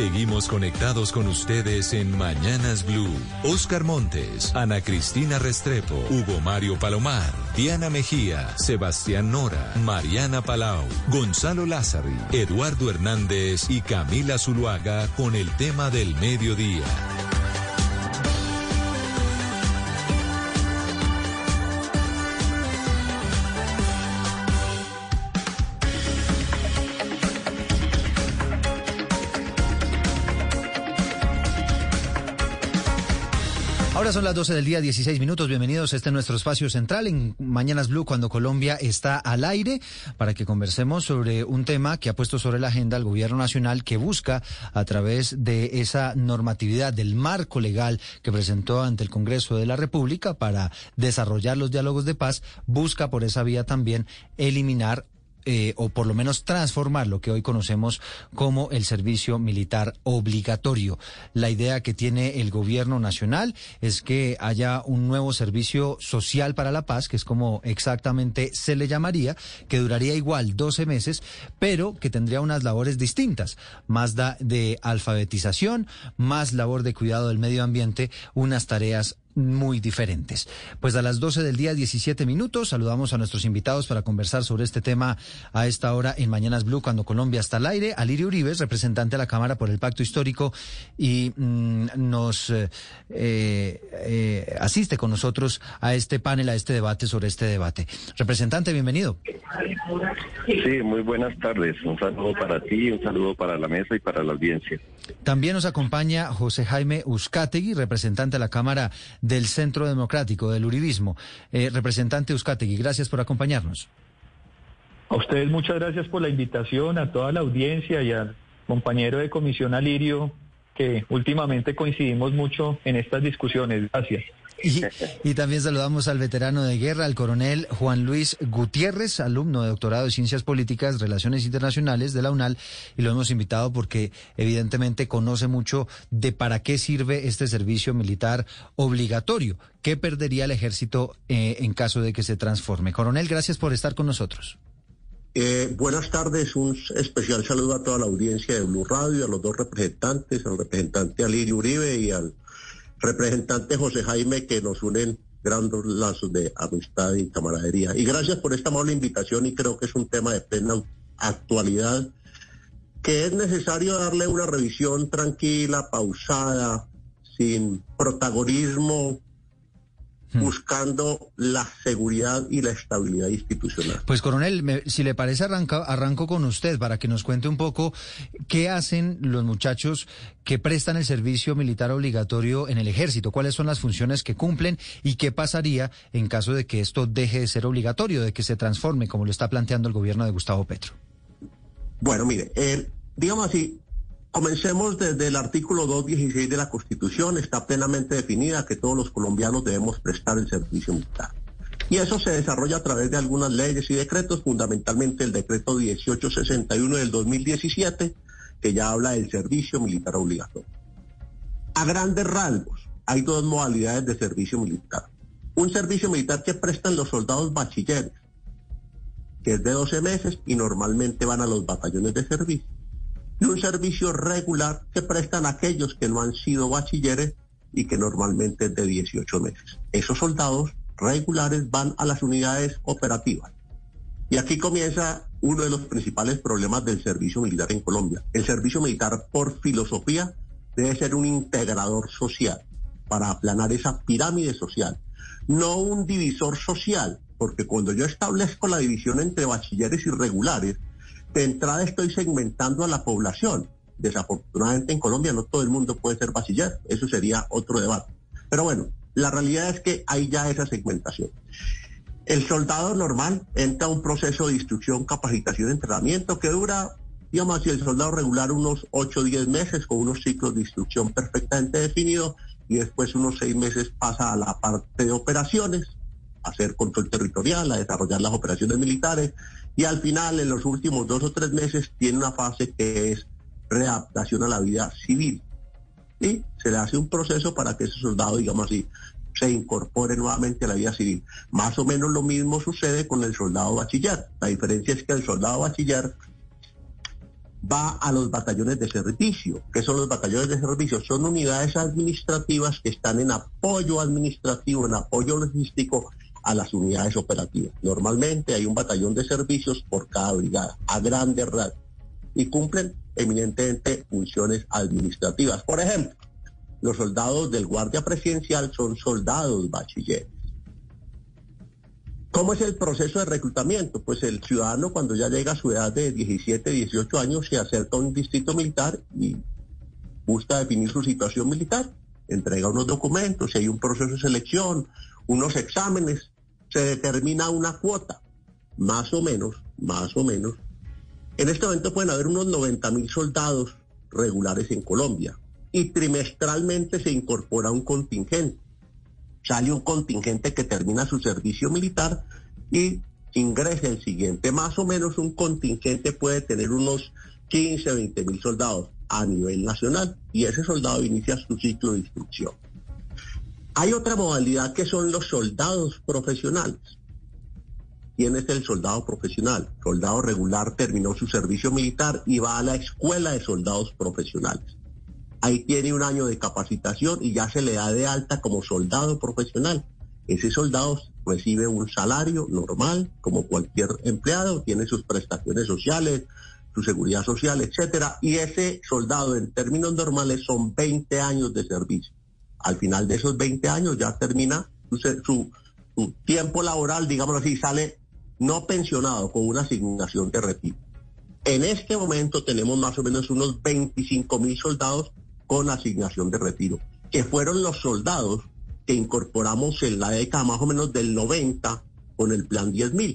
Seguimos conectados con ustedes en Mañanas Blue. Oscar Montes, Ana Cristina Restrepo, Hugo Mario Palomar, Diana Mejía, Sebastián Nora, Mariana Palau, Gonzalo Lázari, Eduardo Hernández y Camila Zuluaga con el tema del mediodía. Ahora son las 12 del día, 16 minutos. Bienvenidos a este nuestro espacio central en Mañanas Blue, cuando Colombia está al aire, para que conversemos sobre un tema que ha puesto sobre la agenda el gobierno nacional, que busca, a través de esa normatividad del marco legal que presentó ante el Congreso de la República para desarrollar los diálogos de paz, busca por esa vía también eliminar o por lo menos transformar lo que hoy conocemos como el servicio militar obligatorio. La idea que tiene el gobierno nacional es que haya un nuevo servicio social para la paz, que es como exactamente se le llamaría, que duraría igual 12 meses, pero que tendría unas labores distintas, más de alfabetización, más labor de cuidado del medio ambiente, unas tareas muy diferentes. Pues a las 12 del día, 17 minutos, saludamos a nuestros invitados para conversar sobre este tema a esta hora en Mañanas Blue, cuando Colombia está al aire. Alirio Uribe, representante de la Cámara por el Pacto Histórico, y nos asiste con nosotros a este panel, a este debate sobre este debate. Representante, bienvenido. Sí, muy buenas tardes. Un saludo para ti, un saludo para la mesa y para la audiencia. También nos acompaña José Jaime Uzcategui, representante de la Cámara del Centro Democrático, del Uribismo. Representante Uzcategui, gracias por acompañarnos. A ustedes muchas gracias por la invitación, a toda la audiencia y al compañero de comisión Alirio, que últimamente coincidimos mucho en estas discusiones. Gracias. Y también saludamos al veterano de guerra, al coronel Juan Luis Gutiérrez, alumno de doctorado de Ciencias Políticas, Relaciones Internacionales de la UNAL, y lo hemos invitado porque evidentemente conoce mucho de para qué sirve este servicio militar obligatorio. ¿Qué perdería el ejército en caso de que se transforme? Coronel, gracias por estar con nosotros. Buenas tardes, un especial saludo a toda la audiencia de Blue Radio, a los dos representantes, al representante Alirio Uribe y al representante José Jaime, que nos unen grandes lazos de amistad y camaradería. Y gracias por esta amable invitación, y creo que es un tema de plena actualidad, que es necesario darle una revisión tranquila, pausada, sin protagonismo, buscando la seguridad y la estabilidad institucional. Pues, coronel, si le parece, arranco con usted para que nos cuente un poco qué hacen los muchachos que prestan el servicio militar obligatorio en el ejército, cuáles son las funciones que cumplen y qué pasaría en caso de que esto deje de ser obligatorio, de que se transforme, como lo está planteando el gobierno de Gustavo Petro. Bueno, mire, digamos así, comencemos desde el artículo 216 de la Constitución. Está plenamente definida que todos los colombianos debemos prestar el servicio militar. Y eso se desarrolla a través de algunas leyes y decretos, fundamentalmente el decreto 1861 del 2017, que ya habla del servicio militar obligatorio. A grandes rasgos, hay dos modalidades de servicio militar. Un servicio militar que prestan los soldados bachilleres, que es de 12 meses y normalmente van a los batallones de servicio. Y un servicio regular que prestan aquellos que no han sido bachilleres y que normalmente es de 18 meses. Esos soldados regulares van a las unidades operativas. Y aquí comienza uno de los principales problemas del servicio militar en Colombia. El servicio militar, por filosofía, debe ser un integrador social para aplanar esa pirámide social, no un divisor social, porque cuando yo establezco la división entre bachilleres y regulares, de entrada estoy segmentando a la población. Desafortunadamente en Colombia no todo el mundo puede ser bachiller, eso sería otro debate. Pero bueno, la realidad es que hay ya esa segmentación. El soldado normal entra a un proceso de instrucción, capacitación, entrenamiento que dura, digamos así, el soldado regular unos 8 o 10 meses con unos ciclos de instrucción perfectamente definidos, y después unos 6 meses pasa a la parte de operaciones, a hacer control territorial, a desarrollar las operaciones militares, y al final, en los últimos 2 o 3 meses, tiene una fase que es readaptación a la vida civil. Y se le hace un proceso para que ese soldado, digamos así, se incorpore nuevamente a la vida civil. Más o menos lo mismo sucede con el soldado bachiller. La diferencia es que el soldado bachiller va a los batallones de servicio. ¿Qué son los batallones de servicio? Son unidades administrativas que están en apoyo administrativo, en apoyo logístico a las unidades operativas. Normalmente hay un batallón de servicios por cada brigada, a grandes rasgos, y cumplen eminentemente funciones administrativas. Por ejemplo, los soldados del Guardia Presidencial son soldados bachilleres. ¿Cómo es el proceso de reclutamiento? Pues el ciudadano, cuando ya llega a su edad de 17, 18 años, se acerca a un distrito militar y busca definir su situación militar, entrega unos documentos, hay un proceso de selección, unos exámenes, se determina una cuota, más o menos. En este momento pueden haber unos 90.000 soldados regulares en Colombia y trimestralmente se incorpora un contingente. Sale un contingente que termina su servicio militar y ingresa el siguiente. Más o menos un contingente puede tener unos 15, 20.000 soldados a nivel nacional y ese soldado inicia su ciclo de instrucción. Hay otra modalidad que son los soldados profesionales. ¿Quién es el soldado profesional? Soldado regular terminó su servicio militar y va a la escuela de soldados profesionales. Ahí tiene un año de capacitación y ya se le da de alta como soldado profesional. Ese soldado recibe un salario normal, como cualquier empleado, tiene sus prestaciones sociales, su seguridad social, etcétera, y ese soldado en términos normales son 20 años de servicio. Al final de esos 20 años ya termina su tiempo laboral, digamos así, sale no pensionado con una asignación de retiro. En este momento tenemos más o menos unos 25.000 soldados con asignación de retiro, que fueron los soldados que incorporamos en la década más o menos del 90 con el plan 10.000.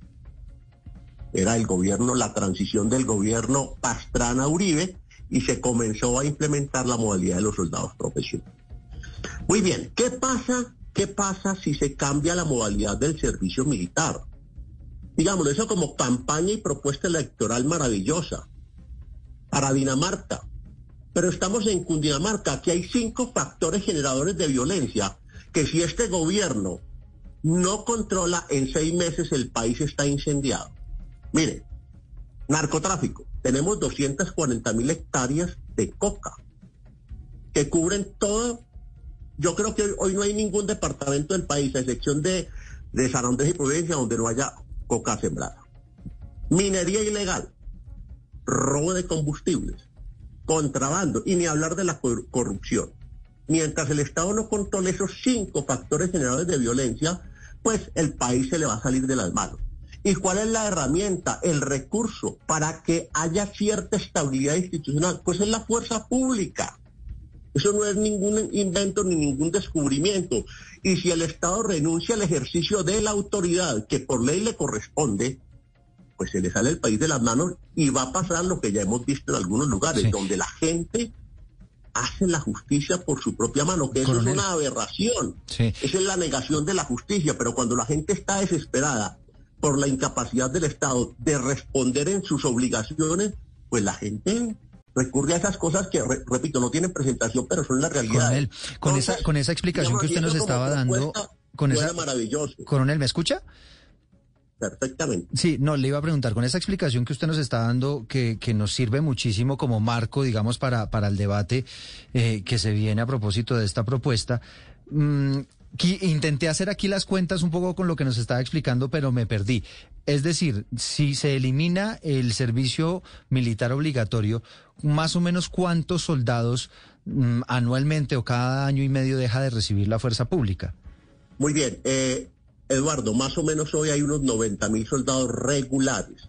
Era el gobierno, la transición del gobierno Pastrana-Uribe y se comenzó a implementar la modalidad de los soldados profesionales. Muy bien, ¿qué pasa si se cambia la modalidad del servicio militar? Digámoslo, eso como campaña y propuesta electoral maravillosa para Dinamarca. Pero estamos en Cundinamarca, aquí hay 5 factores generadores de violencia que si este gobierno no controla, en 6 meses el país está incendiado. Mire, narcotráfico, tenemos 240.000 hectáreas de coca que cubren todo. Yo creo que hoy no hay ningún departamento del país, a excepción de San Andrés y Providencia, donde no haya coca sembrada. Minería ilegal, robo de combustibles, contrabando, y ni hablar de la corrupción. Mientras el Estado no controle esos 5 factores generadores de violencia, pues el país se le va a salir de las manos. ¿Y cuál es la herramienta, el recurso para que haya cierta estabilidad institucional? Pues es la fuerza pública. Eso no es ningún invento ni ningún descubrimiento. Y si el Estado renuncia al ejercicio de la autoridad que por ley le corresponde, pues se le sale el país de las manos y va a pasar lo que ya hemos visto en algunos lugares, sí, donde la gente hace la justicia por su propia mano, que eso es una aberración. Sí. Esa es la negación de la justicia, pero cuando la gente está desesperada por la incapacidad del Estado de responder en sus obligaciones, pues la gente recurre a esas cosas que, repito, no tienen presentación, pero son la realidad. Coronel, con esa explicación que usted nos estaba dando, maravilloso. Coronel, ¿me escucha? Perfectamente. Sí, no, le iba a preguntar, con esa explicación que usted nos está dando, que nos sirve muchísimo como marco, digamos, para el debate que se viene a propósito de esta propuesta, intenté hacer aquí las cuentas un poco con lo que nos estaba explicando, pero me perdí. Es decir, si se elimina el servicio militar obligatorio, más o menos ¿cuántos soldados anualmente o cada año y medio deja de recibir la fuerza pública? Muy bien, Eduardo, más o menos hoy hay unos 90.000 soldados regulares,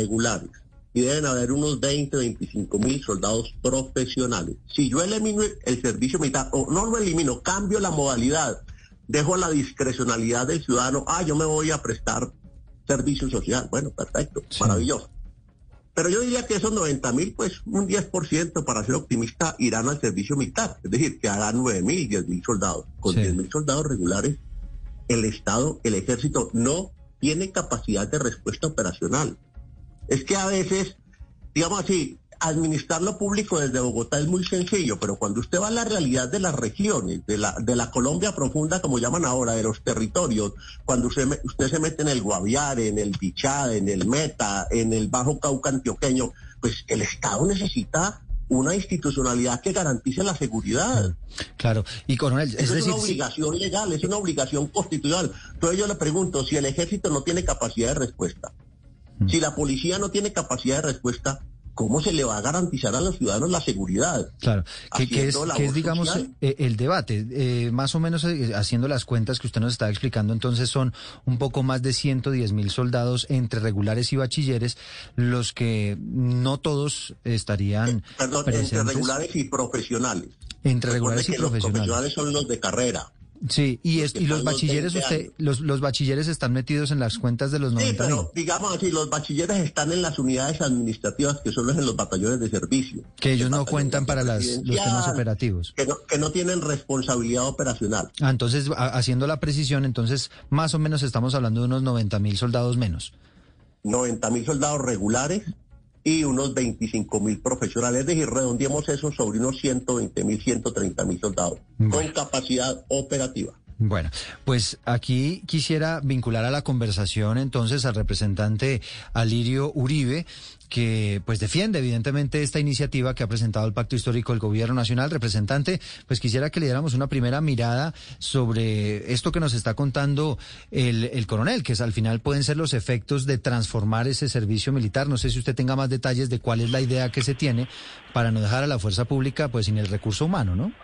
y deben haber unos 25.000 soldados profesionales. Si yo elimino el servicio militar, o no lo elimino, cambio la modalidad, dejo la discrecionalidad del ciudadano, yo me voy a prestar servicio social, bueno, perfecto, sí, maravilloso. Pero yo diría que esos 90.000, pues un 10%, para ser optimista, irán al servicio militar, es decir, que harán 9.000, 10.000 soldados. Con 10.000 soldados regulares, el Estado, el Ejército, no tiene capacidad de respuesta operacional. Es que a veces, digamos así, administrar lo público desde Bogotá es muy sencillo, pero cuando usted va a la realidad de las regiones, de la Colombia profunda, como llaman ahora, de los territorios, cuando usted se mete en el Guaviare, en el Bichá, en el Meta, en el Bajo Cauca antioqueño, pues el Estado necesita una institucionalidad que garantice la seguridad. Claro, y coronel, es una obligación legal, es una obligación constitucional. Entonces yo le pregunto, si el ejército no tiene capacidad de respuesta, si la policía no tiene capacidad de respuesta, ¿cómo se le va a garantizar a los ciudadanos la seguridad? Claro, que es digamos, el debate, más o menos haciendo las cuentas que usted nos estaba explicando, entonces son un poco más de 110.000 soldados entre regulares y bachilleres, los que no todos estarían presentes. Entre regulares y profesionales. Entre regulares y profesionales. Los profesionales son los de carrera. Sí, y los bachilleres, los bachilleres están metidos en las cuentas de los 90.000. Sí, pero digamos así, los bachilleres están en las unidades administrativas, que son los en los batallones de servicio. Que ellos no cuentan para los temas operativos. Que no tienen responsabilidad operacional. Entonces, haciendo la precisión, entonces, más o menos estamos hablando de unos 90.000 soldados menos. 90.000 soldados regulares y unos 25.000 profesionales, es decir, redondeemos eso sobre unos 120.000, 130.000 soldados con capacidad operativa. Bueno, pues aquí quisiera vincular a la conversación entonces al representante Alirio Uribe, que pues defiende evidentemente esta iniciativa que ha presentado el Pacto Histórico del Gobierno Nacional. Representante, pues quisiera que le diéramos una primera mirada sobre esto que nos está contando el coronel, que es, al final pueden ser los efectos de transformar ese servicio militar. No sé si usted tenga más detalles de cuál es la idea que se tiene para no dejar a la fuerza pública pues sin el recurso humano, ¿no?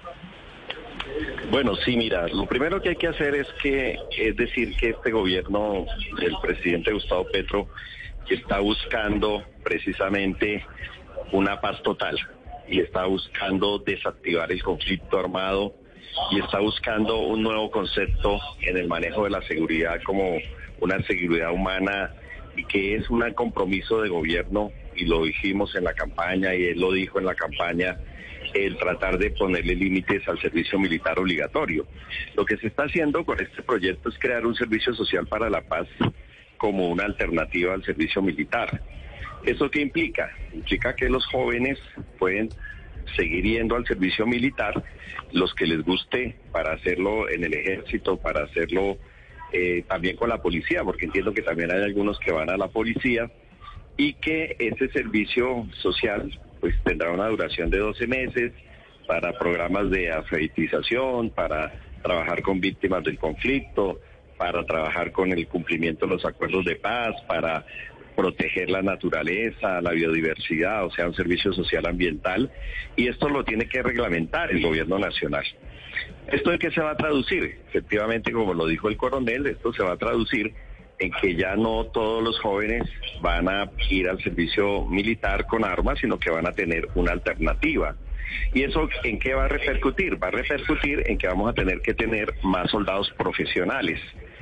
Bueno, sí, mira, lo primero que hay que hacer es decir que este gobierno del presidente Gustavo Petro está buscando precisamente una paz total y está buscando desactivar el conflicto armado y está buscando un nuevo concepto en el manejo de la seguridad como una seguridad humana y que es un compromiso de gobierno, y lo dijimos en la campaña y él lo dijo en la campaña, el tratar de ponerle límites al servicio militar obligatorio. Lo que se está haciendo con este proyecto es crear un servicio social para la paz como una alternativa al servicio militar. ¿Eso qué implica? Implica que los jóvenes pueden seguir yendo al servicio militar, los que les guste, para hacerlo en el ejército, para hacerlo también con la policía, porque entiendo que también hay algunos que van a la policía, y que ese servicio social pues tendrá una duración de 12 meses para programas de alfabetización, para trabajar con víctimas del conflicto, para trabajar con el cumplimiento de los acuerdos de paz, para proteger la naturaleza, la biodiversidad, o sea, un servicio social ambiental, y esto lo tiene que reglamentar el gobierno nacional. ¿Esto de qué se va a traducir? Efectivamente, como lo dijo el coronel, esto se va a traducir en que ya no todos los jóvenes van a ir al servicio militar con armas, sino que van a tener una alternativa. ¿Y eso en qué va a repercutir? Va a repercutir en que vamos a tener que tener más soldados profesionales.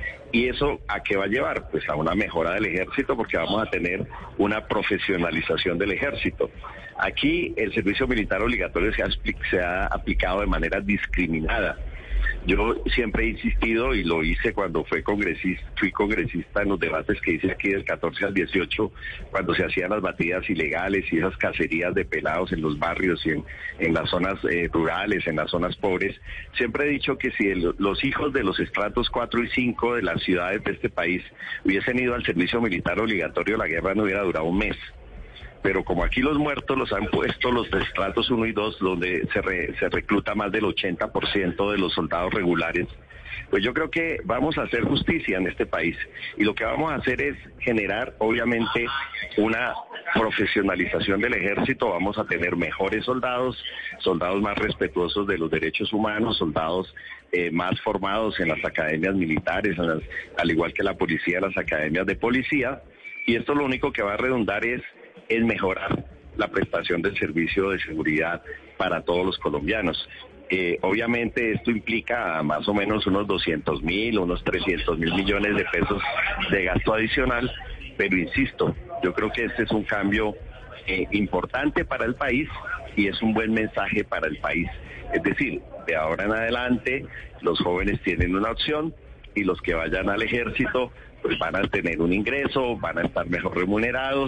¿Y eso a qué va a llevar? Pues a una mejora del ejército, porque vamos a tener una profesionalización del ejército. Aquí el servicio militar obligatorio se ha aplicado de manera discriminada. Yo siempre he insistido, y lo hice cuando fui congresista en los debates que hice aquí del 14 al 18, cuando se hacían las batidas ilegales y esas cacerías de pelados en los barrios y en las zonas rurales, en las zonas pobres. Siempre he dicho que si los hijos de los estratos 4 y 5 de las ciudades de este país hubiesen ido al servicio militar obligatorio, la guerra no hubiera durado un mes. Pero como aquí los muertos los han puesto los de estratos 1 y 2, donde se recluta más del 80% de los soldados regulares, pues yo creo que vamos a hacer justicia en este país. Y lo que vamos a hacer es generar, obviamente, una profesionalización del ejército. Vamos a tener mejores soldados más respetuosos de los derechos humanos, soldados más formados en las academias militares, al igual que la policía, las academias de policía. Y esto lo único que va a redundar es mejorar la prestación del servicio de seguridad para todos los colombianos. Obviamente esto implica más o menos unos 200.000, unos 300.000 millones de pesos de gasto adicional, pero insisto, yo creo que este es un cambio importante para el país y es un buen mensaje para el país. Es decir, de ahora en adelante los jóvenes tienen una opción y los que vayan al ejército pues van a tener un ingreso, van a estar mejor remunerados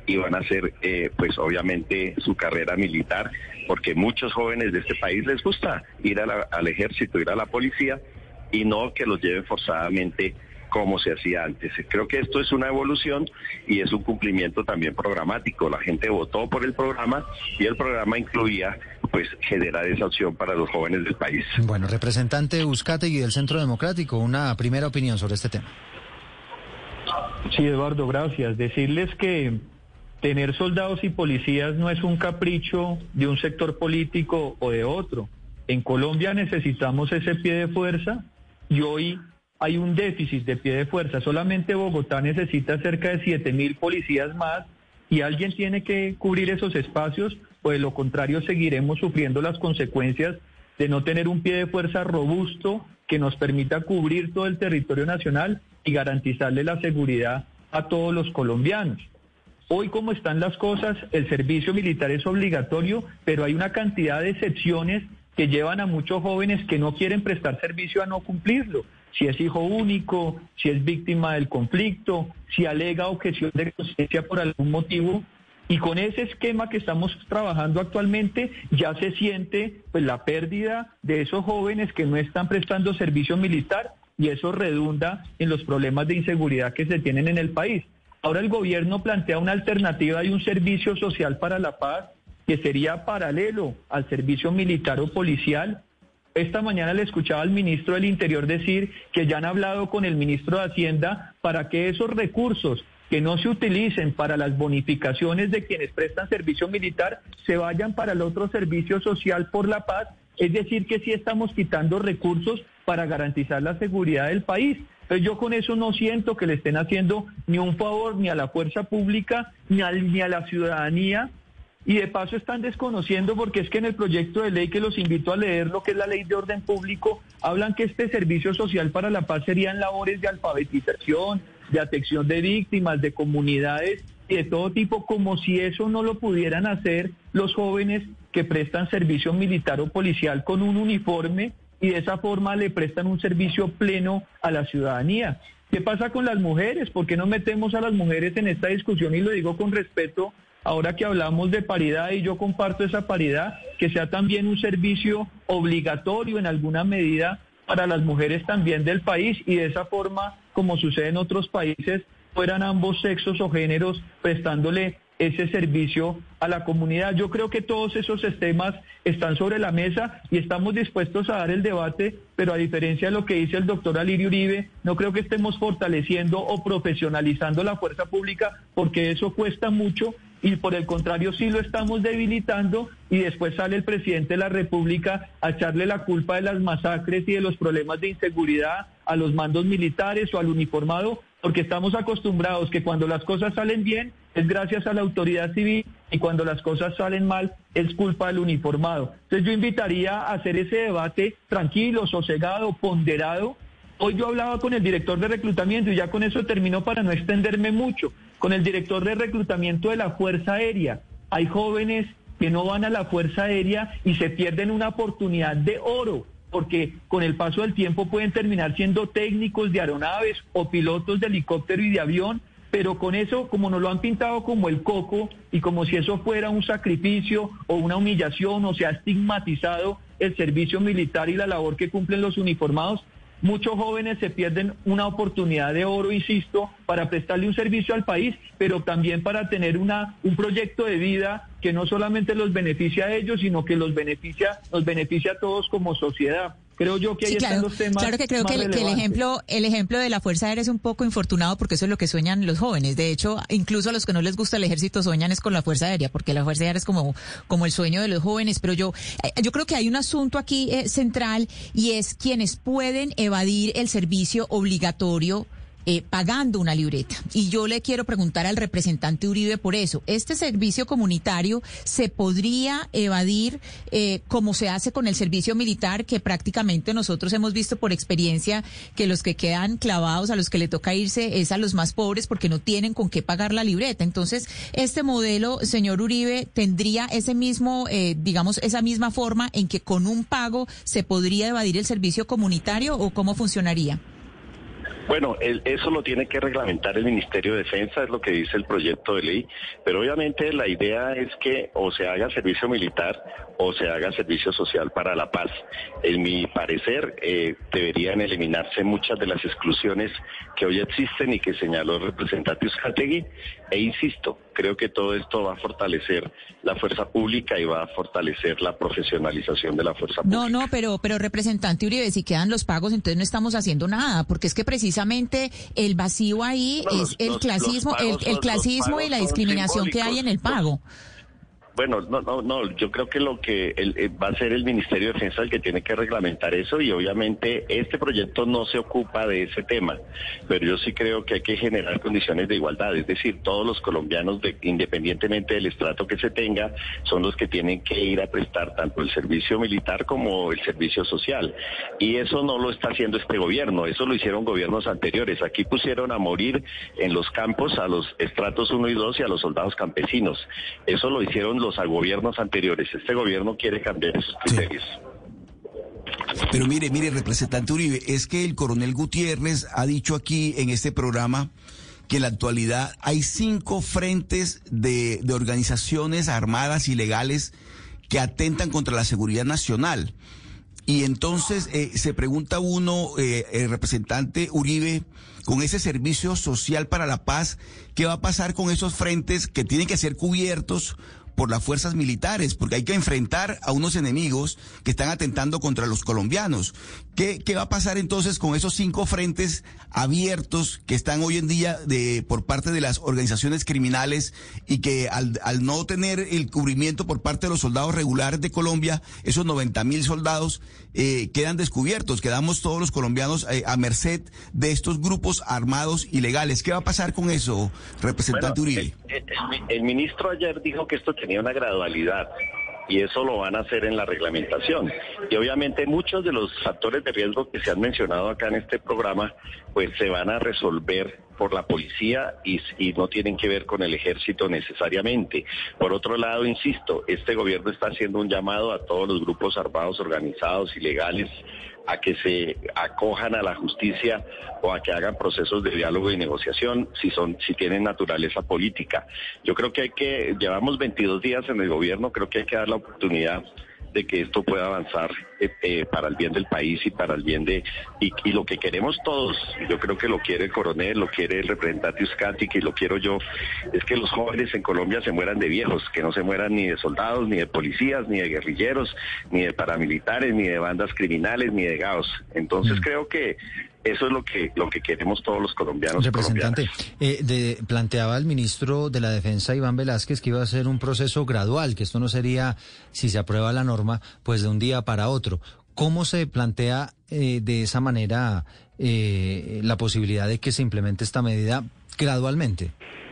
y van a hacer pues obviamente su carrera militar, porque muchos jóvenes de este país les gusta ir al ejército, ir a la policía, y no que los lleven forzadamente como se hacía antes. Creo que esto es una evolución y es un cumplimiento también programático. La gente votó por el programa y el programa incluía pues generar esa opción para los jóvenes del país. Bueno, representante Uzcategui del Centro Democrático, una primera opinión sobre este tema. Sí, Eduardo, gracias. Decirles que tener soldados y policías no es un capricho de un sector político o de otro. En Colombia necesitamos ese pie de fuerza y hoy hay un déficit de pie de fuerza. Solamente Bogotá necesita cerca de 7.000 policías más y alguien tiene que cubrir esos espacios, pues de lo contrario seguiremos sufriendo las consecuencias de no tener un pie de fuerza robusto que nos permita cubrir todo el territorio nacional y garantizarle la seguridad a todos los colombianos. Hoy, como están las cosas, el servicio militar es obligatorio, pero hay una cantidad de excepciones que llevan a muchos jóvenes que no quieren prestar servicio a no cumplirlo. Si es hijo único, si es víctima del conflicto, si alega objeción de conciencia por algún motivo. Y con ese esquema que estamos trabajando actualmente ya se siente pues la pérdida de esos jóvenes que no están prestando servicio militar y eso redunda en los problemas de inseguridad que se tienen en el país. Ahora el gobierno plantea una alternativa de un servicio social para la paz que sería paralelo al servicio militar o policial. Esta mañana le escuchaba al ministro del Interior decir que ya han hablado con el ministro de Hacienda para que esos recursos que no se utilicen para las bonificaciones de quienes prestan servicio militar se vayan para el otro servicio social por la paz. Es decir, que sí estamos quitando recursos para garantizar la seguridad del país. Entonces yo con eso no siento que le estén haciendo ni un favor ni a la fuerza pública ni a la ciudadanía. Y de paso están desconociendo, porque es que en el proyecto de ley que los invito a leer, lo que es la ley de orden público, hablan que este servicio social para la paz serían labores de alfabetización, de atención de víctimas, de comunidades y de todo tipo, como si eso no lo pudieran hacer los jóvenes que prestan servicio militar o policial con un uniforme y de esa forma le prestan un servicio pleno a la ciudadanía. ¿Qué pasa con las mujeres? ¿Por qué no metemos a las mujeres en esta discusión? Y lo digo con respeto. Ahora que hablamos de paridad, y yo comparto esa paridad, que sea también un servicio obligatorio en alguna medida para las mujeres también del país, y de esa forma, como sucede en otros países, fueran ambos sexos o géneros prestándole ese servicio a la comunidad. Yo creo que todos esos temas están sobre la mesa y estamos dispuestos a dar el debate, pero a diferencia de lo que dice el doctor Alirio Uribe, no creo que estemos fortaleciendo o profesionalizando la fuerza pública, porque eso cuesta mucho, y por el contrario sí lo estamos debilitando, y después sale el presidente de la República a echarle la culpa de las masacres y de los problemas de inseguridad a los mandos militares o al uniformado, porque estamos acostumbrados que cuando las cosas salen bien es gracias a la autoridad civil y cuando las cosas salen mal es culpa del uniformado. Entonces yo invitaría a hacer ese debate tranquilo, sosegado, ponderado. Hoy yo hablaba con el director de reclutamiento y ya con eso termino para no extenderme mucho. Con el director de reclutamiento de la Fuerza Aérea. Hay jóvenes que no van a la Fuerza Aérea y se pierden una oportunidad de oro, porque con el paso del tiempo pueden terminar siendo técnicos de aeronaves o pilotos de helicóptero y de avión, pero con eso, como nos lo han pintado como el coco y como si eso fuera un sacrificio o una humillación, o se ha estigmatizado el servicio militar y la labor que cumplen los uniformados, muchos jóvenes se pierden una oportunidad de oro, insisto, para prestarle un servicio al país, pero también para tener un proyecto de vida que no solamente los beneficia a ellos, sino que nos beneficia a todos como sociedad. Creo yo que ahí están los temas. Claro que creo que el ejemplo de la Fuerza Aérea es un poco infortunado, porque eso es lo que sueñan los jóvenes. De hecho, incluso a los que no les gusta el ejército sueñan es con la Fuerza Aérea, porque la Fuerza Aérea es como el sueño de los jóvenes. Pero yo creo que hay un asunto aquí central, y es quienes pueden evadir el servicio obligatorio pagando una libreta. Y yo le quiero preguntar al representante Uribe por eso. ¿Este servicio comunitario se podría evadir como se hace con el servicio militar, que prácticamente nosotros hemos visto por experiencia que los que quedan clavados, a los que le toca irse, es a los más pobres porque no tienen con qué pagar la libreta? Entonces, este modelo, señor Uribe, ¿tendría ese mismo, esa misma forma en que con un pago se podría evadir el servicio comunitario, o cómo funcionaría? Bueno, eso lo tiene que reglamentar el Ministerio de Defensa, es lo que dice el proyecto de ley, pero obviamente la idea es que o se haga servicio militar o se haga servicio social para la paz. En mi parecer, deberían eliminarse muchas de las exclusiones que hoy existen y que señaló el representante Uzcategui, e insisto, creo que todo esto va a fortalecer la fuerza pública y va a fortalecer la profesionalización de la fuerza pública. No, pero representante Uribe, si quedan los pagos, entonces no estamos haciendo nada, porque es que precisamente el vacío ahí es el clasismo, el clasismo y la discriminación que hay en el pago. Bueno, no, yo creo que va a ser el Ministerio de Defensa el que tiene que reglamentar eso, y obviamente este proyecto no se ocupa de ese tema, pero yo sí creo que hay que generar condiciones de igualdad, es decir, todos los colombianos, independientemente del estrato que se tenga, son los que tienen que ir a prestar tanto el servicio militar como el servicio social, y eso no lo está haciendo este gobierno, eso lo hicieron gobiernos anteriores. Aquí pusieron a morir en los campos a los estratos 1 y 2 y a los soldados campesinos, eso lo hicieron los gobiernos anteriores. Este gobierno quiere cambiar esos criterios. Sí. Pero mire, representante Uribe, es que el coronel Gutiérrez ha dicho aquí en este programa que en la actualidad hay 5 frentes de organizaciones armadas ilegales que atentan contra la seguridad nacional. Y entonces se pregunta uno, el representante Uribe, con ese servicio social para la paz, ¿qué va a pasar con esos frentes que tienen que ser cubiertos por las fuerzas militares? Porque hay que enfrentar a unos enemigos que están atentando contra los colombianos. ¿Qué va a pasar entonces con esos 5 frentes abiertos que están hoy en día por parte de las organizaciones criminales y que al no tener el cubrimiento por parte de los soldados regulares de Colombia, esos 90.000 soldados quedan descubiertos? Quedamos todos los colombianos a merced de estos grupos armados ilegales. ¿Qué va a pasar con eso, representante Uribe? El ministro ayer dijo que esto tenía una gradualidad, y eso lo van a hacer en la reglamentación. Y obviamente muchos de los factores de riesgo que se han mencionado acá en este programa, pues se van a resolver por la policía y no tienen que ver con el ejército necesariamente. Por otro lado, insisto, este gobierno está haciendo un llamado a todos los grupos armados organizados, ilegales, a que se acojan a la justicia o a que hagan procesos de diálogo y negociación si tienen naturaleza política. Yo creo que llevamos 22 días en el gobierno, creo que hay que dar la oportunidad de que esto pueda avanzar para el bien del país y para el bien y lo que queremos todos. Yo creo que lo quiere el coronel, lo quiere el representante Uzcategui, que lo quiero yo, es que los jóvenes en Colombia se mueran de viejos, que no se mueran ni de soldados, ni de policías, ni de guerrilleros, ni de paramilitares, ni de bandas criminales, ni de gaos. Entonces creo que eso es lo que queremos todos los colombianos. Representante, planteaba el ministro de la Defensa, Iván Velázquez, que iba a ser un proceso gradual, que esto no sería, si se aprueba la norma, pues de un día para otro. ¿Cómo se plantea de esa manera la posibilidad de que se implemente esta medida gradualmente?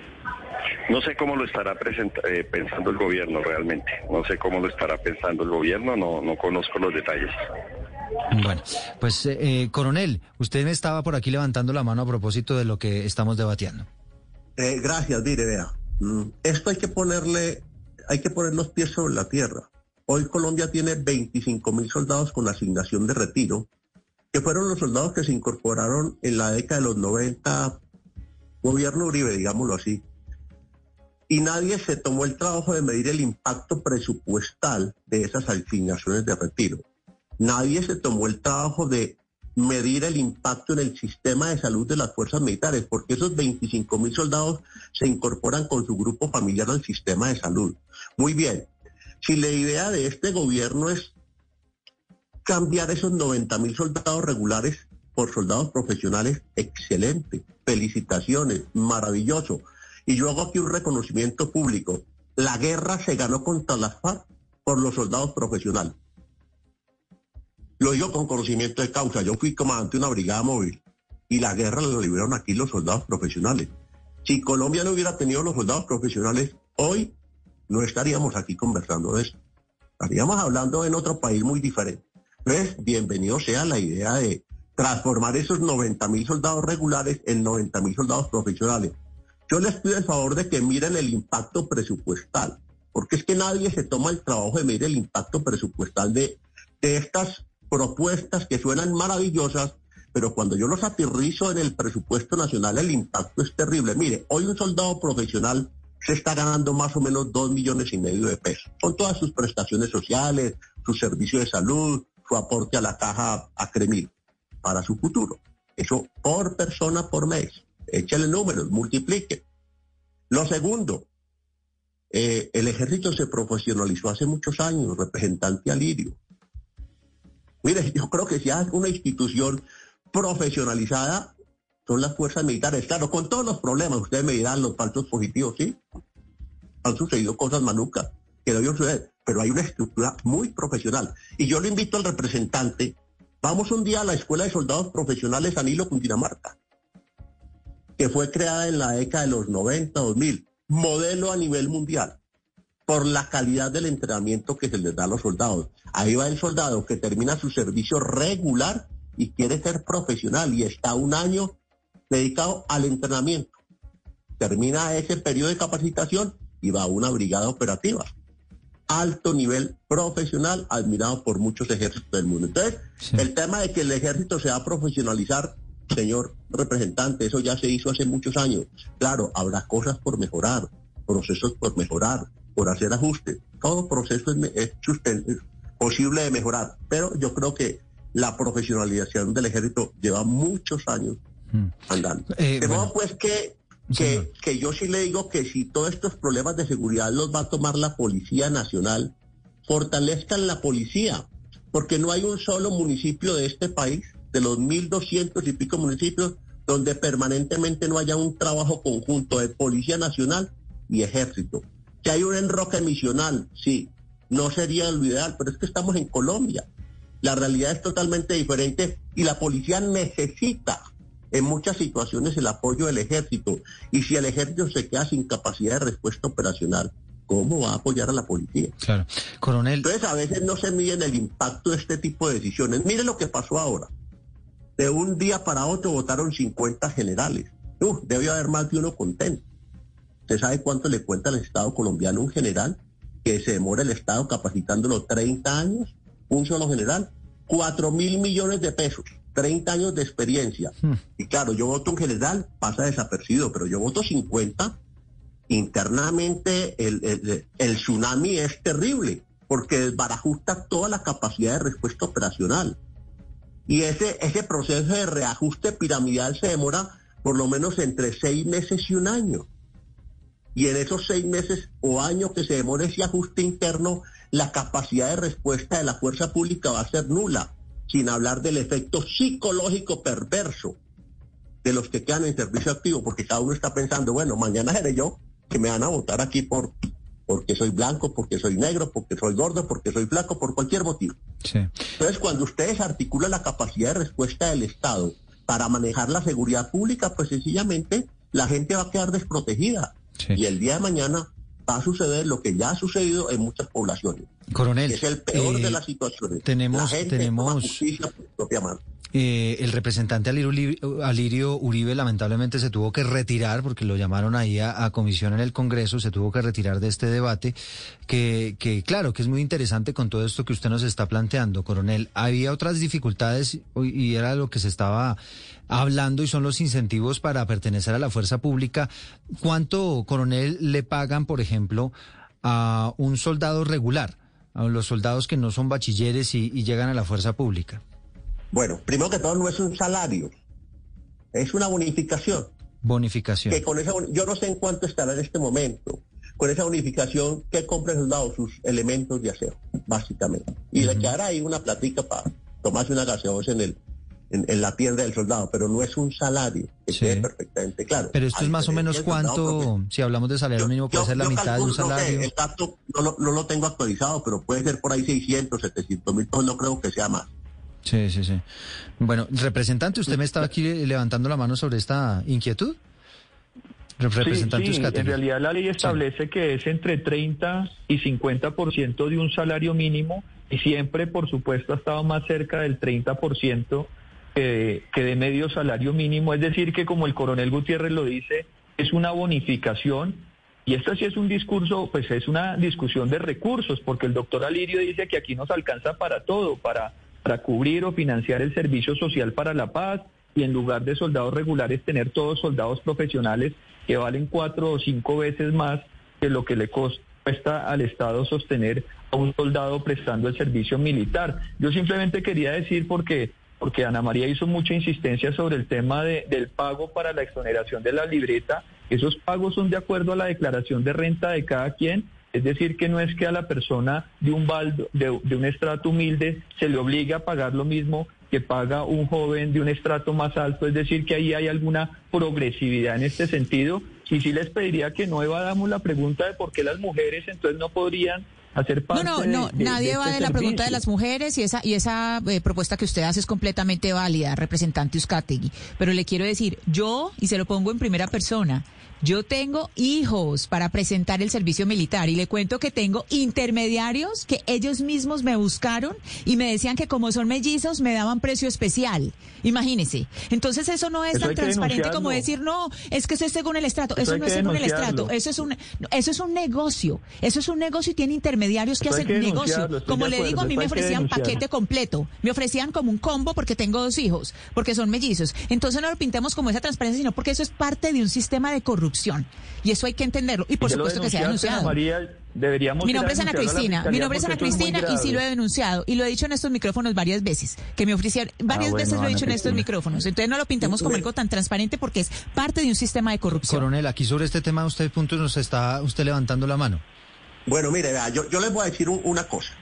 No sé cómo lo estará pensando el gobierno realmente. No sé cómo lo estará pensando el gobierno, no conozco los detalles. Bueno, pues coronel, usted me estaba por aquí levantando la mano a propósito de lo que estamos debatiendo. Gracias, mire, vea. Esto hay que poner los pies sobre la tierra. Hoy Colombia tiene 25.000 soldados con asignación de retiro, que fueron los soldados que se incorporaron en la década de los 90, gobierno Uribe, digámoslo así. Y nadie se tomó el trabajo de medir el impacto presupuestal de esas asignaciones de retiro. Nadie se tomó el trabajo de medir el impacto en el sistema de salud de las fuerzas militares, porque esos 25.000 soldados se incorporan con su grupo familiar al sistema de salud. Muy bien, si la idea de este gobierno es cambiar esos 90.000 soldados regulares por soldados profesionales, excelente, felicitaciones, maravilloso. Y yo hago aquí un reconocimiento público. La guerra se ganó contra las FARC por los soldados profesionales. Lo digo con conocimiento de causa. Yo fui comandante de una brigada móvil y la guerra la libraron aquí los soldados profesionales. Si Colombia no hubiera tenido los soldados profesionales, hoy no estaríamos aquí conversando de eso. Estaríamos hablando en otro país muy diferente. Entonces, bienvenido sea la idea de transformar esos 90.000 soldados regulares en 90.000 soldados profesionales. Yo les pido el favor de que miren el impacto presupuestal, porque es que nadie se toma el trabajo de medir el impacto presupuestal de estas propuestas que suenan maravillosas, pero cuando yo los aterrizo en el presupuesto nacional, el impacto es terrible. Mire, hoy un soldado profesional se está ganando más o menos 2,5 millones de pesos. Son todas sus prestaciones sociales, su servicio de salud, su aporte a la caja Acremil para su futuro. Eso por persona por mes. Échale números, multiplique. Lo segundo, el ejército se profesionalizó hace muchos años, representante Alirio. Mire, yo creo que si hay una institución profesionalizada, son las fuerzas militares. Claro, con todos los problemas, ustedes me dirán los falsos positivos, sí. Han sucedido cosas malucas que debieron suceder, pero hay una estructura muy profesional. Y yo le invito al representante, vamos un día a la Escuela de Soldados Profesionales San Hilo, Cundinamarca, que fue creada en la década de los 90, 2000, modelo a nivel mundial, por la calidad del entrenamiento que se les da a los soldados. Ahí va el soldado que termina su servicio regular y quiere ser profesional y está un año dedicado al entrenamiento. Termina ese periodo de capacitación y va a una brigada operativa. Alto nivel profesional, admirado por muchos ejércitos del mundo. Entonces, sí, el tema de que el ejército se va a profesionalizar, señor representante, eso ya se hizo hace muchos años. Claro, habrá cosas por mejorar, procesos por mejorar, por hacer ajustes. Todo proceso es posible de mejorar, pero yo creo que la profesionalización del ejército lleva muchos años andando. De modo pues que yo sí le digo que si todos estos problemas de seguridad los va a tomar la Policía Nacional, fortalezcan la policía, porque no hay un solo municipio de este país, de los 1.200 y pico municipios, donde permanentemente no haya un trabajo conjunto de Policía Nacional y Ejército. Que hay un enroque misional, sí, no sería lo ideal, pero es que estamos en Colombia. La realidad es totalmente diferente y la policía necesita en muchas situaciones el apoyo del ejército. Y si el ejército se queda sin capacidad de respuesta operacional, ¿cómo va a apoyar a la policía? Claro, coronel. Entonces a veces no se miden el impacto de este tipo de decisiones. Mire lo que pasó ahora. De un día para otro votaron 50 generales. Debe haber más de uno contento. ¿Usted sabe cuánto le cuenta al Estado colombiano un general? Que se demora el Estado capacitándolo 30 años, un solo general, 4.000 millones de pesos, 30 años de experiencia. Y claro, yo voto un general, pasa desapercibido, pero yo voto 50. Internamente el tsunami es terrible, porque desbarajusta toda la capacidad de respuesta operacional. Y ese proceso de reajuste piramidal se demora por lo menos entre 6 meses y un año. Y en esos 6 meses o años que se demore ese ajuste interno, la capacidad de respuesta de la fuerza pública va a ser nula, sin hablar del efecto psicológico perverso de los que quedan en servicio activo, porque cada uno está pensando, bueno, mañana seré yo que me van a votar aquí porque soy blanco, porque soy negro, porque soy gordo, porque soy flaco, por cualquier motivo. Sí. Entonces, cuando ustedes articulan la capacidad de respuesta del Estado para manejar la seguridad pública, pues sencillamente la gente va a quedar desprotegida. Sí. Y el día de mañana va a suceder lo que ya ha sucedido en muchas poblaciones. Coronel, que es el peor de las situaciones. Tenemos justicia por su propia mano. El representante Alirio Uribe lamentablemente se tuvo que retirar porque lo llamaron ahí a comisión en el Congreso, se tuvo que retirar de este debate que claro, que es muy interesante con todo esto que usted nos está planteando, coronel. Había otras dificultades y era lo que se estaba hablando y son los incentivos para pertenecer a la fuerza pública. ¿Cuánto, coronel, le pagan, por ejemplo, a un soldado regular, a los soldados que no son bachilleres y llegan a la fuerza pública? Bueno, primero que todo no es un salario, es una bonificación. Bonificación. Que con esa, yo no sé en cuánto estará en este momento. Con esa bonificación, ¿qué compra el soldado? Sus elementos de aseo, básicamente. Y le quedará ahí una platica para tomarse una gaseosa en la tienda del soldado, pero no es un salario, que quede perfectamente claro. Pero esto es más o menos cuánto, si hablamos de salario mínimo, puede ser la mitad de un salario. El dato no lo tengo actualizado, pero puede ser por ahí 600, 700 mil, no creo que sea más. Sí. Bueno, representante, ¿usted me estaba aquí levantando la mano sobre esta inquietud? Representante sí, en realidad la ley establece que es entre 30 y 50% de un salario mínimo y siempre, por supuesto, ha estado más cerca del 30% que de medio salario mínimo. Es decir, que como el coronel Gutiérrez lo dice, es una bonificación y esto sí es un discurso, pues es una discusión de recursos, porque el doctor Alirio dice que aquí nos alcanza para todo, para para cubrir o financiar el servicio social para la paz, y en lugar de soldados regulares tener todos soldados profesionales que valen 4 o 5 veces más que lo que le cuesta al Estado sostener a un soldado prestando el servicio militar. Yo simplemente quería decir, porque Ana María hizo mucha insistencia sobre el tema del pago para la exoneración de la libreta. Esos pagos son de acuerdo a la declaración de renta de cada quien, es decir, que no es que a la persona de un estrato humilde se le obligue a pagar lo mismo que paga un joven de un estrato más alto, es decir, que ahí hay alguna progresividad en este sentido. Y sí les pediría que no evadamos la pregunta de por qué las mujeres entonces no podrían hacer parte nadie va este de la pregunta servicio. de las mujeres, y esa propuesta que usted hace es completamente válida, representante Uzcategui. Pero le quiero decir, yo, y se lo pongo en primera persona, yo tengo hijos para presentar el servicio militar y le cuento que tengo intermediarios que ellos mismos me buscaron y me decían que como son mellizos me daban precio especial. Imagínese. Entonces eso no es tan transparente como decir, no, es que eso es según el estrato. Eso no es según el estrato. Eso es un negocio. Eso es un negocio y tiene intermediarios que hacen negocio. Como le digo, a mí me ofrecían paquete completo. Me ofrecían como un combo porque tengo 2 hijos, porque son mellizos. Entonces no lo pintemos como esa transparencia, sino porque eso es parte de un sistema de corrupción. Y eso hay que entenderlo. Y por supuesto que se ha denunciado. María, mi nombre es Ana Cristina. Mi nombre es Ana Cristina y sí lo he denunciado. Y lo he dicho en estos micrófonos varias veces. Que me ofrecieron, varias veces lo he dicho en estos micrófonos. Entonces no lo pintemos como algo tan transparente porque es parte de un sistema de corrupción. Coronel, aquí sobre este tema usted nos está usted levantando la mano. Bueno, mire, yo les voy a decir una cosa.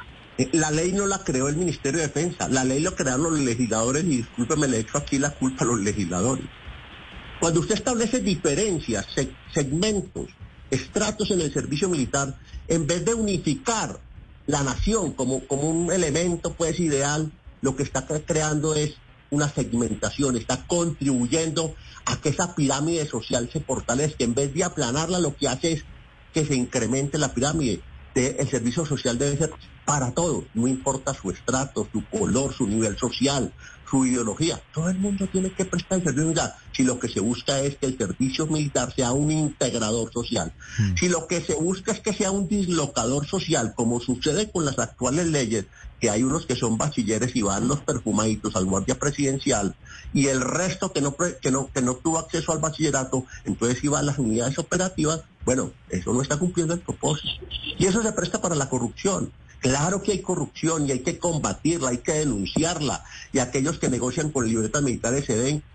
La ley no la creó el Ministerio de Defensa. La ley lo crearon los legisladores y discúlpeme, le echo aquí la culpa a los legisladores. Cuando usted establece diferencias, segmentos, estratos en el servicio militar, en vez de unificar la nación como un elemento pues ideal, lo que está creando es una segmentación, está contribuyendo a que esa pirámide social se fortalezca. En vez de aplanarla, lo que hace es que se incremente la pirámide. El servicio social debe ser para todos, no importa su estrato, su color, su nivel social, su ideología. Todo el mundo tiene que prestar el servicio militar. Si lo que se busca es que el servicio militar sea un integrador social, si lo que se busca es que sea un dislocador social, como sucede con las actuales leyes, que hay unos que son bachilleres y van los perfumaditos al guardia presidencial, y el resto que no tuvo acceso al bachillerato, entonces iba a las unidades operativas. Bueno, eso no está cumpliendo el propósito. Y eso se presta para la corrupción. Claro que hay corrupción y hay que combatirla, hay que denunciarla. Y aquellos que negocian con libretas militares se deben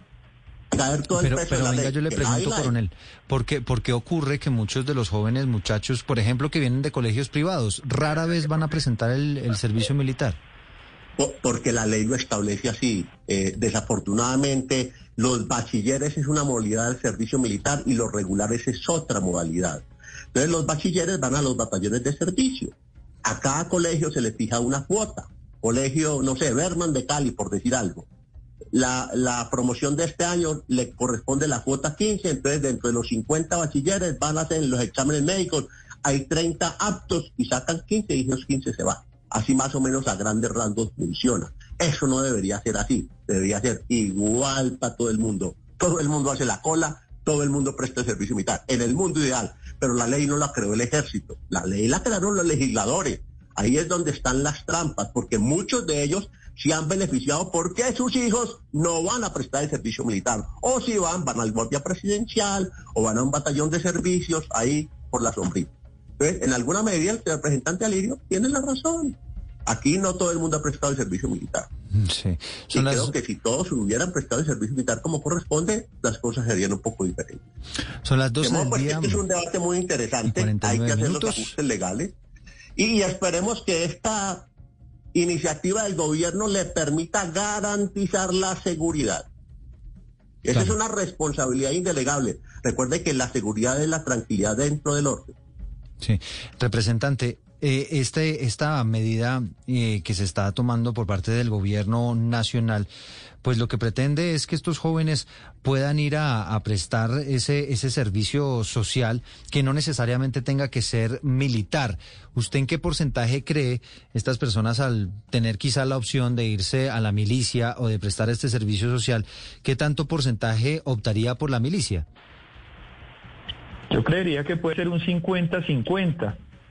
caer todo el peso de la ley. Venga, yo le pregunto, coronel, ¿por qué ocurre que muchos de los jóvenes muchachos, por ejemplo, que vienen de colegios privados, rara vez van a presentar el servicio militar? Porque la ley lo establece así. Desafortunadamente, los bachilleres es una modalidad del servicio militar y los regulares es otra modalidad. Entonces, los bachilleres van a los batallones de servicio. A cada colegio se le fija una cuota. Colegio, no sé, Berman de Cali, por decir algo. La promoción de este año le corresponde la cuota 15, entonces dentro de los 50 bachilleres van a hacer los exámenes médicos, hay 30 aptos y sacan 15 y esos 15 se van. Así más o menos a grandes rasgos funciona. Eso no debería ser así, debería ser igual para todo el mundo. Todo el mundo hace la cola, todo el mundo presta el servicio militar, en el mundo ideal, pero la ley no la creó el ejército, la ley la crearon los legisladores. Ahí es donde están las trampas, porque muchos de ellos se han beneficiado porque sus hijos no van a prestar el servicio militar, o si van al guardia presidencial, o van a un batallón de servicios, ahí por la sombrita. Entonces, en alguna medida el representante Alirio tiene la razón. Aquí no todo el mundo ha prestado el servicio militar. Sí. Y creo que si todos hubieran prestado el servicio militar como corresponde, las cosas serían un poco diferentes. Son las 12 del día. Este es un debate muy interesante, hay que hacer los ajustes legales. Y esperemos que esta iniciativa del gobierno le permita garantizar la seguridad. Esa es una responsabilidad indelegable. Recuerde que la seguridad es la tranquilidad dentro del orden. Sí, representante, esta medida que se está tomando por parte del gobierno nacional, pues lo que pretende es que estos jóvenes puedan ir a prestar ese servicio social que no necesariamente tenga que ser militar. ¿Usted en qué porcentaje cree estas personas, al tener quizá la opción de irse a la milicia o de prestar este servicio social, qué tanto porcentaje optaría por la milicia? Yo creería que puede ser un 50-50.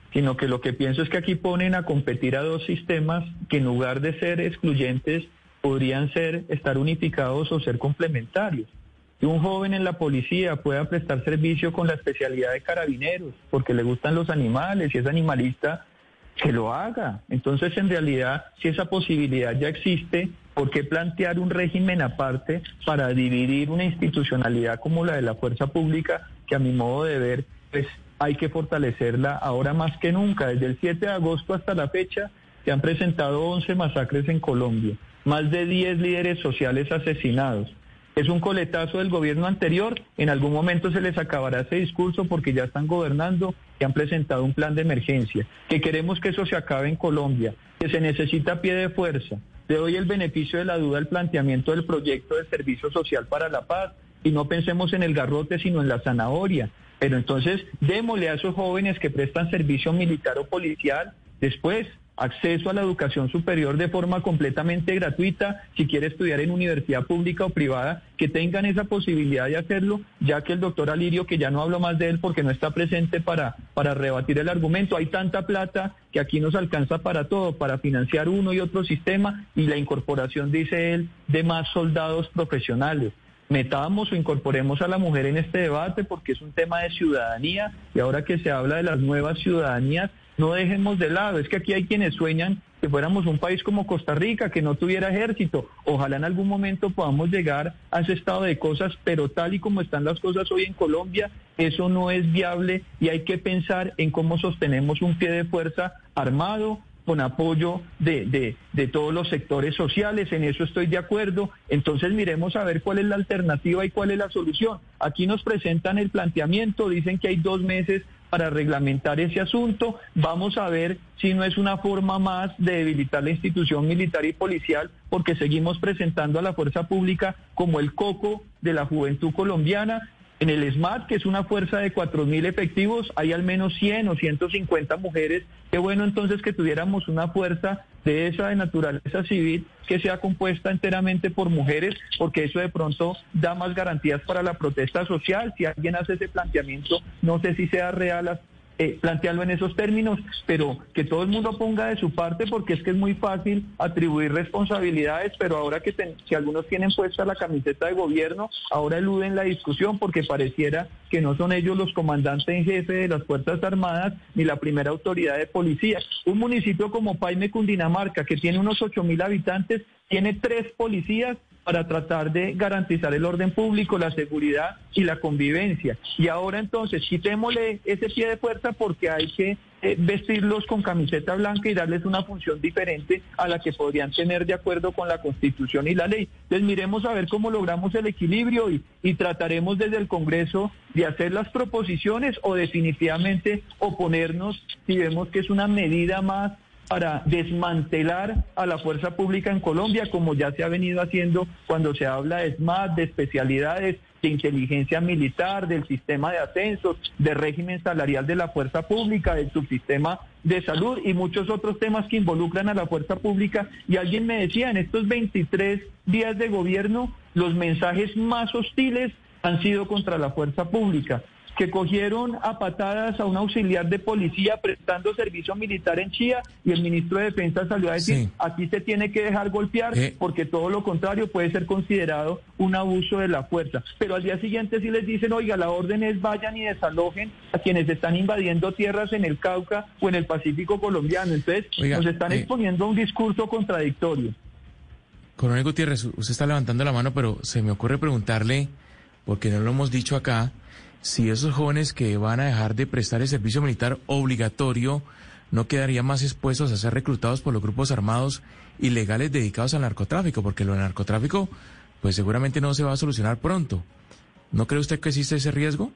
sino que lo que pienso es que aquí ponen a competir a dos sistemas que en lugar de ser excluyentes podrían estar unificados o ser complementarios. Que un joven en la policía pueda prestar servicio con la especialidad de carabineros, porque le gustan los animales y es animalista, que lo haga. Entonces, en realidad, si esa posibilidad ya existe, ¿por qué plantear un régimen aparte para dividir una institucionalidad como la de la fuerza pública, que a mi modo de ver, pues hay que fortalecerla ahora más que nunca? Desde el 7 de agosto hasta la fecha se han presentado 11 masacres en Colombia, más de 10 líderes sociales asesinados. Es un coletazo del gobierno anterior, en algún momento se les acabará ese discurso porque ya están gobernando y han presentado un plan de emergencia, que queremos que eso se acabe en Colombia, que se necesita pie de fuerza. Le doy el beneficio de la duda al planteamiento del proyecto de servicio social para la paz y no pensemos en el garrote sino en la zanahoria. Pero entonces démosle a esos jóvenes que prestan servicio militar o policial después acceso a la educación superior de forma completamente gratuita, si quiere estudiar en universidad pública o privada, que tengan esa posibilidad de hacerlo, ya que el doctor Alirio, que ya no hablo más de él porque no está presente para rebatir el argumento, hay tanta plata que aquí nos alcanza para todo, para financiar uno y otro sistema y la incorporación, dice él, de más soldados profesionales. Metamos o incorporemos a la mujer en este debate porque es un tema de ciudadanía y ahora que se habla de las nuevas ciudadanías, no dejemos de lado, es que aquí hay quienes sueñan que fuéramos un país como Costa Rica, que no tuviera ejército. Ojalá en algún momento podamos llegar a ese estado de cosas, pero tal y como están las cosas hoy en Colombia, eso no es viable y hay que pensar en cómo sostenemos un pie de fuerza armado, con apoyo de todos los sectores sociales, en eso estoy de acuerdo. Entonces miremos a ver cuál es la alternativa y cuál es la solución. Aquí nos presentan el planteamiento, dicen que hay 2 meses para reglamentar ese asunto. Vamos a ver si no es una forma más de debilitar la institución militar y policial, porque seguimos presentando a la fuerza pública como el coco de la juventud colombiana. En el SMAT, que es una fuerza de 4.000 efectivos, hay al menos 100 o 150 mujeres. Qué bueno entonces que tuviéramos una fuerza de esa de naturaleza civil que sea compuesta enteramente por mujeres, porque eso de pronto da más garantías para la protesta social. Si alguien hace ese planteamiento, no sé si sea real plantearlo en esos términos, pero que todo el mundo ponga de su parte, porque es que es muy fácil atribuir responsabilidades, pero ahora que algunos tienen puesta la camiseta de gobierno, ahora eluden la discusión porque pareciera que no son ellos los comandantes en jefe de las Fuerzas Armadas ni la primera autoridad de policía. Un municipio como Paine, Cundinamarca, que tiene unos 8.000 habitantes, tiene 3 policías para tratar de garantizar el orden público, la seguridad y la convivencia. Y ahora entonces quitémosle ese pie de fuerza porque hay que vestirlos con camiseta blanca y darles una función diferente a la que podrían tener de acuerdo con la Constitución y la ley. Entonces miremos a ver cómo logramos el equilibrio y trataremos desde el Congreso de hacer las proposiciones o definitivamente oponernos si vemos que es una medida más para desmantelar a la fuerza pública en Colombia, como ya se ha venido haciendo cuando se habla de SMAT, de especialidades, de inteligencia militar, del sistema de ascensos, de régimen salarial de la fuerza pública, del subsistema de salud y muchos otros temas que involucran a la fuerza pública. Y alguien me decía, en estos 23 días de gobierno, los mensajes más hostiles han sido contra la fuerza pública, que cogieron a patadas a un auxiliar de policía prestando servicio militar en Chía y el ministro de Defensa salió a decir, sí, aquí se tiene que dejar golpear porque todo lo contrario puede ser considerado un abuso de la fuerza. Pero al día siguiente sí les dicen, oiga, la orden es vayan y desalojen a quienes están invadiendo tierras en el Cauca o en el Pacífico colombiano. Entonces nos están exponiendo a un discurso contradictorio. Coronel Gutiérrez, usted está levantando la mano, pero se me ocurre preguntarle, porque no lo hemos dicho acá, si esos jóvenes que van a dejar de prestar el servicio militar obligatorio no quedarían más expuestos a ser reclutados por los grupos armados ilegales dedicados al narcotráfico, porque lo del narcotráfico pues seguramente no se va a solucionar pronto. ¿No cree usted que existe ese riesgo?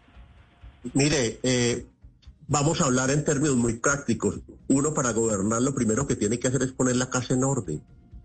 Mire, vamos a hablar en términos muy prácticos. Uno, para gobernar, lo primero que tiene que hacer es poner la casa en orden.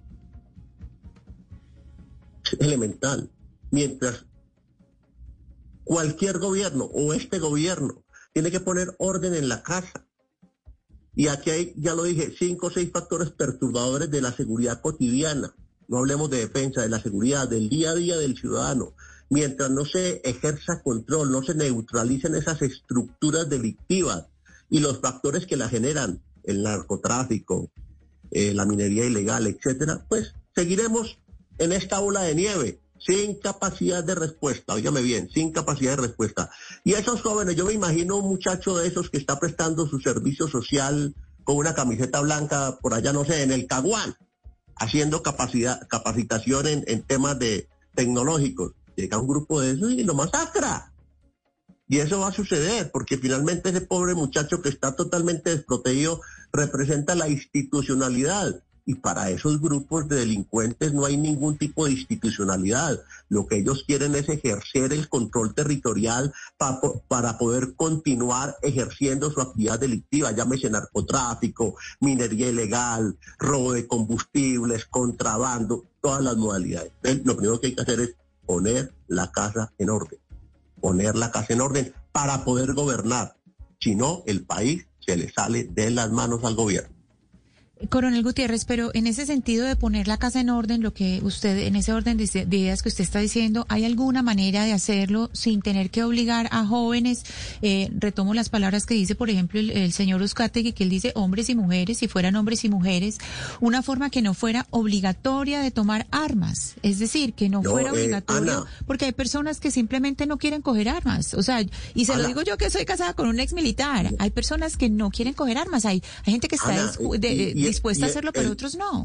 Es elemental. Mientras cualquier gobierno o este gobierno tiene que poner orden en la casa. Y aquí hay, ya lo dije, 5 o 6 factores perturbadores de la seguridad cotidiana. No hablemos de defensa, de la seguridad, del día a día del ciudadano. Mientras no se ejerza control, no se neutralicen esas estructuras delictivas y los factores que la generan, el narcotráfico, la minería ilegal, etcétera, pues seguiremos en esta ola de nieve, sin capacidad de respuesta, óigame bien, sin capacidad de respuesta. Y esos jóvenes, yo me imagino un muchacho de esos que está prestando su servicio social con una camiseta blanca por allá, no sé, en el Caguán, haciendo capacitación en temas de tecnológicos. Llega un grupo de esos y lo masacra. Y eso va a suceder, porque finalmente ese pobre muchacho que está totalmente desprotegido representa la institucionalidad. Y para esos grupos de delincuentes no hay ningún tipo de institucionalidad. Lo que ellos quieren es ejercer el control territorial para poder continuar ejerciendo su actividad delictiva, llámese narcotráfico, minería ilegal, robo de combustibles, contrabando, todas las modalidades. Entonces, lo primero que hay que hacer es poner la casa en orden. Poner la casa en orden para poder gobernar. Si no, el país se le sale de las manos al gobierno. Coronel Gutiérrez, pero en ese sentido de poner la casa en orden, lo que usted, en ese orden de ideas que usted está diciendo, ¿hay alguna manera de hacerlo sin tener que obligar a jóvenes? Retomo las palabras que dice, por ejemplo, el señor Uzcategui, que él dice hombres y mujeres, si fueran hombres y mujeres, una forma que no fuera obligatoria de tomar armas, es decir, que no fuera obligatorio, Ana, porque hay personas que simplemente no quieren coger armas, o sea, y se Ana, lo digo yo que soy casada con un ex militar, hay personas que no quieren coger armas, hay gente que está dispuesta a hacerlo, pero otros no.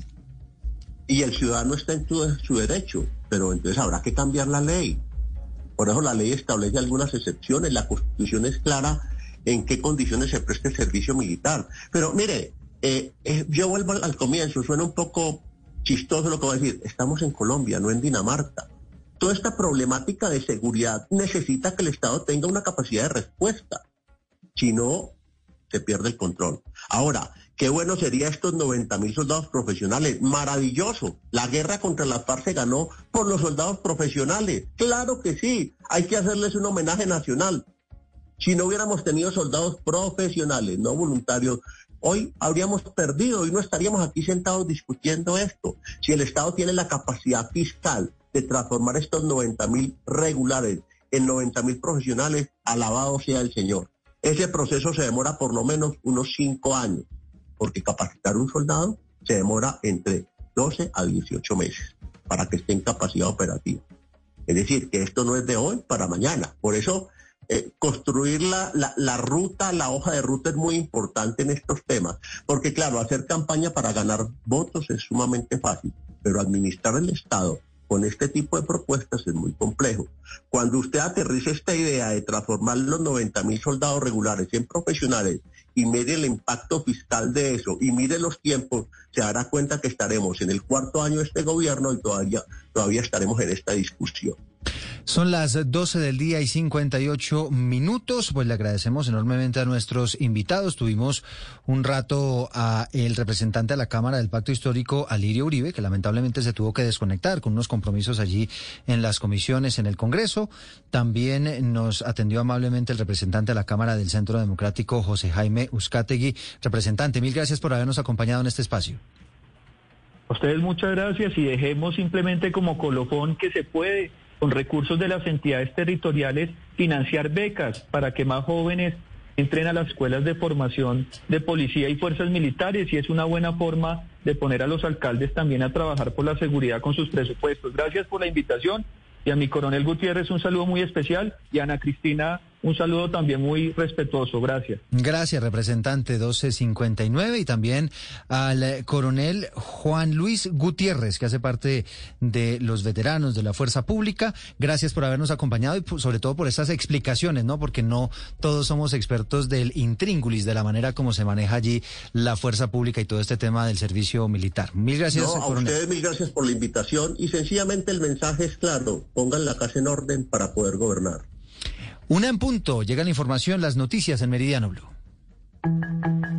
Y el ciudadano está en su derecho, pero entonces habrá que cambiar la ley. Por eso la ley establece algunas excepciones, la Constitución es clara en qué condiciones se presta el servicio militar. Pero mire, yo vuelvo al comienzo, suena un poco chistoso lo que voy a decir, estamos en Colombia, no en Dinamarca. Toda esta problemática de seguridad necesita que el Estado tenga una capacidad de respuesta, si no, se pierde el control. Ahora, qué bueno sería estos 90.000 soldados profesionales. Maravilloso. La guerra contra las FARC se ganó por los soldados profesionales. Claro que sí. Hay que hacerles un homenaje nacional. Si no hubiéramos tenido soldados profesionales, no voluntarios, hoy habríamos perdido. Hoy no estaríamos aquí sentados discutiendo esto. Si el Estado tiene la capacidad fiscal de transformar estos 90.000 regulares en 90.000 profesionales, alabado sea el Señor. Ese proceso se demora por lo menos unos 5 años, porque capacitar un soldado se demora entre 12 a 18 meses para que esté en capacidad operativa. Es decir, que esto no es de hoy para mañana. Por eso, construir la ruta, la hoja de ruta es muy importante en estos temas, porque claro, hacer campaña para ganar votos es sumamente fácil, pero administrar el Estado con este tipo de propuestas es muy complejo. Cuando usted aterriza esta idea de transformar los 90.000 soldados regulares en profesionales y mire el impacto fiscal de eso y mire los tiempos, se dará cuenta que estaremos en el 4º año de este gobierno y todavía estaremos en esta discusión. Son las 12 del día y 58 minutos. Pues le agradecemos enormemente a nuestros invitados. Tuvimos un rato a el representante de la Cámara del Pacto Histórico, Alirio Uribe, que lamentablemente se tuvo que desconectar con unos compromisos allí en las comisiones en el Congreso. También nos atendió amablemente el representante de la Cámara del Centro Democrático, José Jaime Uzcategui. Representante, mil gracias por habernos acompañado en este espacio. A ustedes muchas gracias y dejemos simplemente como colofón que se puede, con recursos de las entidades territoriales, financiar becas para que más jóvenes entren a las escuelas de formación de policía y fuerzas militares, y es una buena forma de poner a los alcaldes también a trabajar por la seguridad con sus presupuestos. Gracias por la invitación, y a mi coronel Gutiérrez un saludo muy especial, y a Ana Cristina un saludo también muy respetuoso. Gracias. Gracias, representante. 12:59, y también al coronel Juan Luis Gutiérrez, que hace parte de los veteranos de la Fuerza Pública. Gracias por habernos acompañado y sobre todo por estas explicaciones, ¿no? Porque no todos somos expertos del intríngulis, de la manera como se maneja allí la Fuerza Pública y todo este tema del servicio militar. Mil gracias, a coronel. Ustedes mil gracias por la invitación, y sencillamente el mensaje es claro: pongan la casa en orden para poder gobernar. 1:00 en punto, llega la información, las noticias en Meridiano Blue.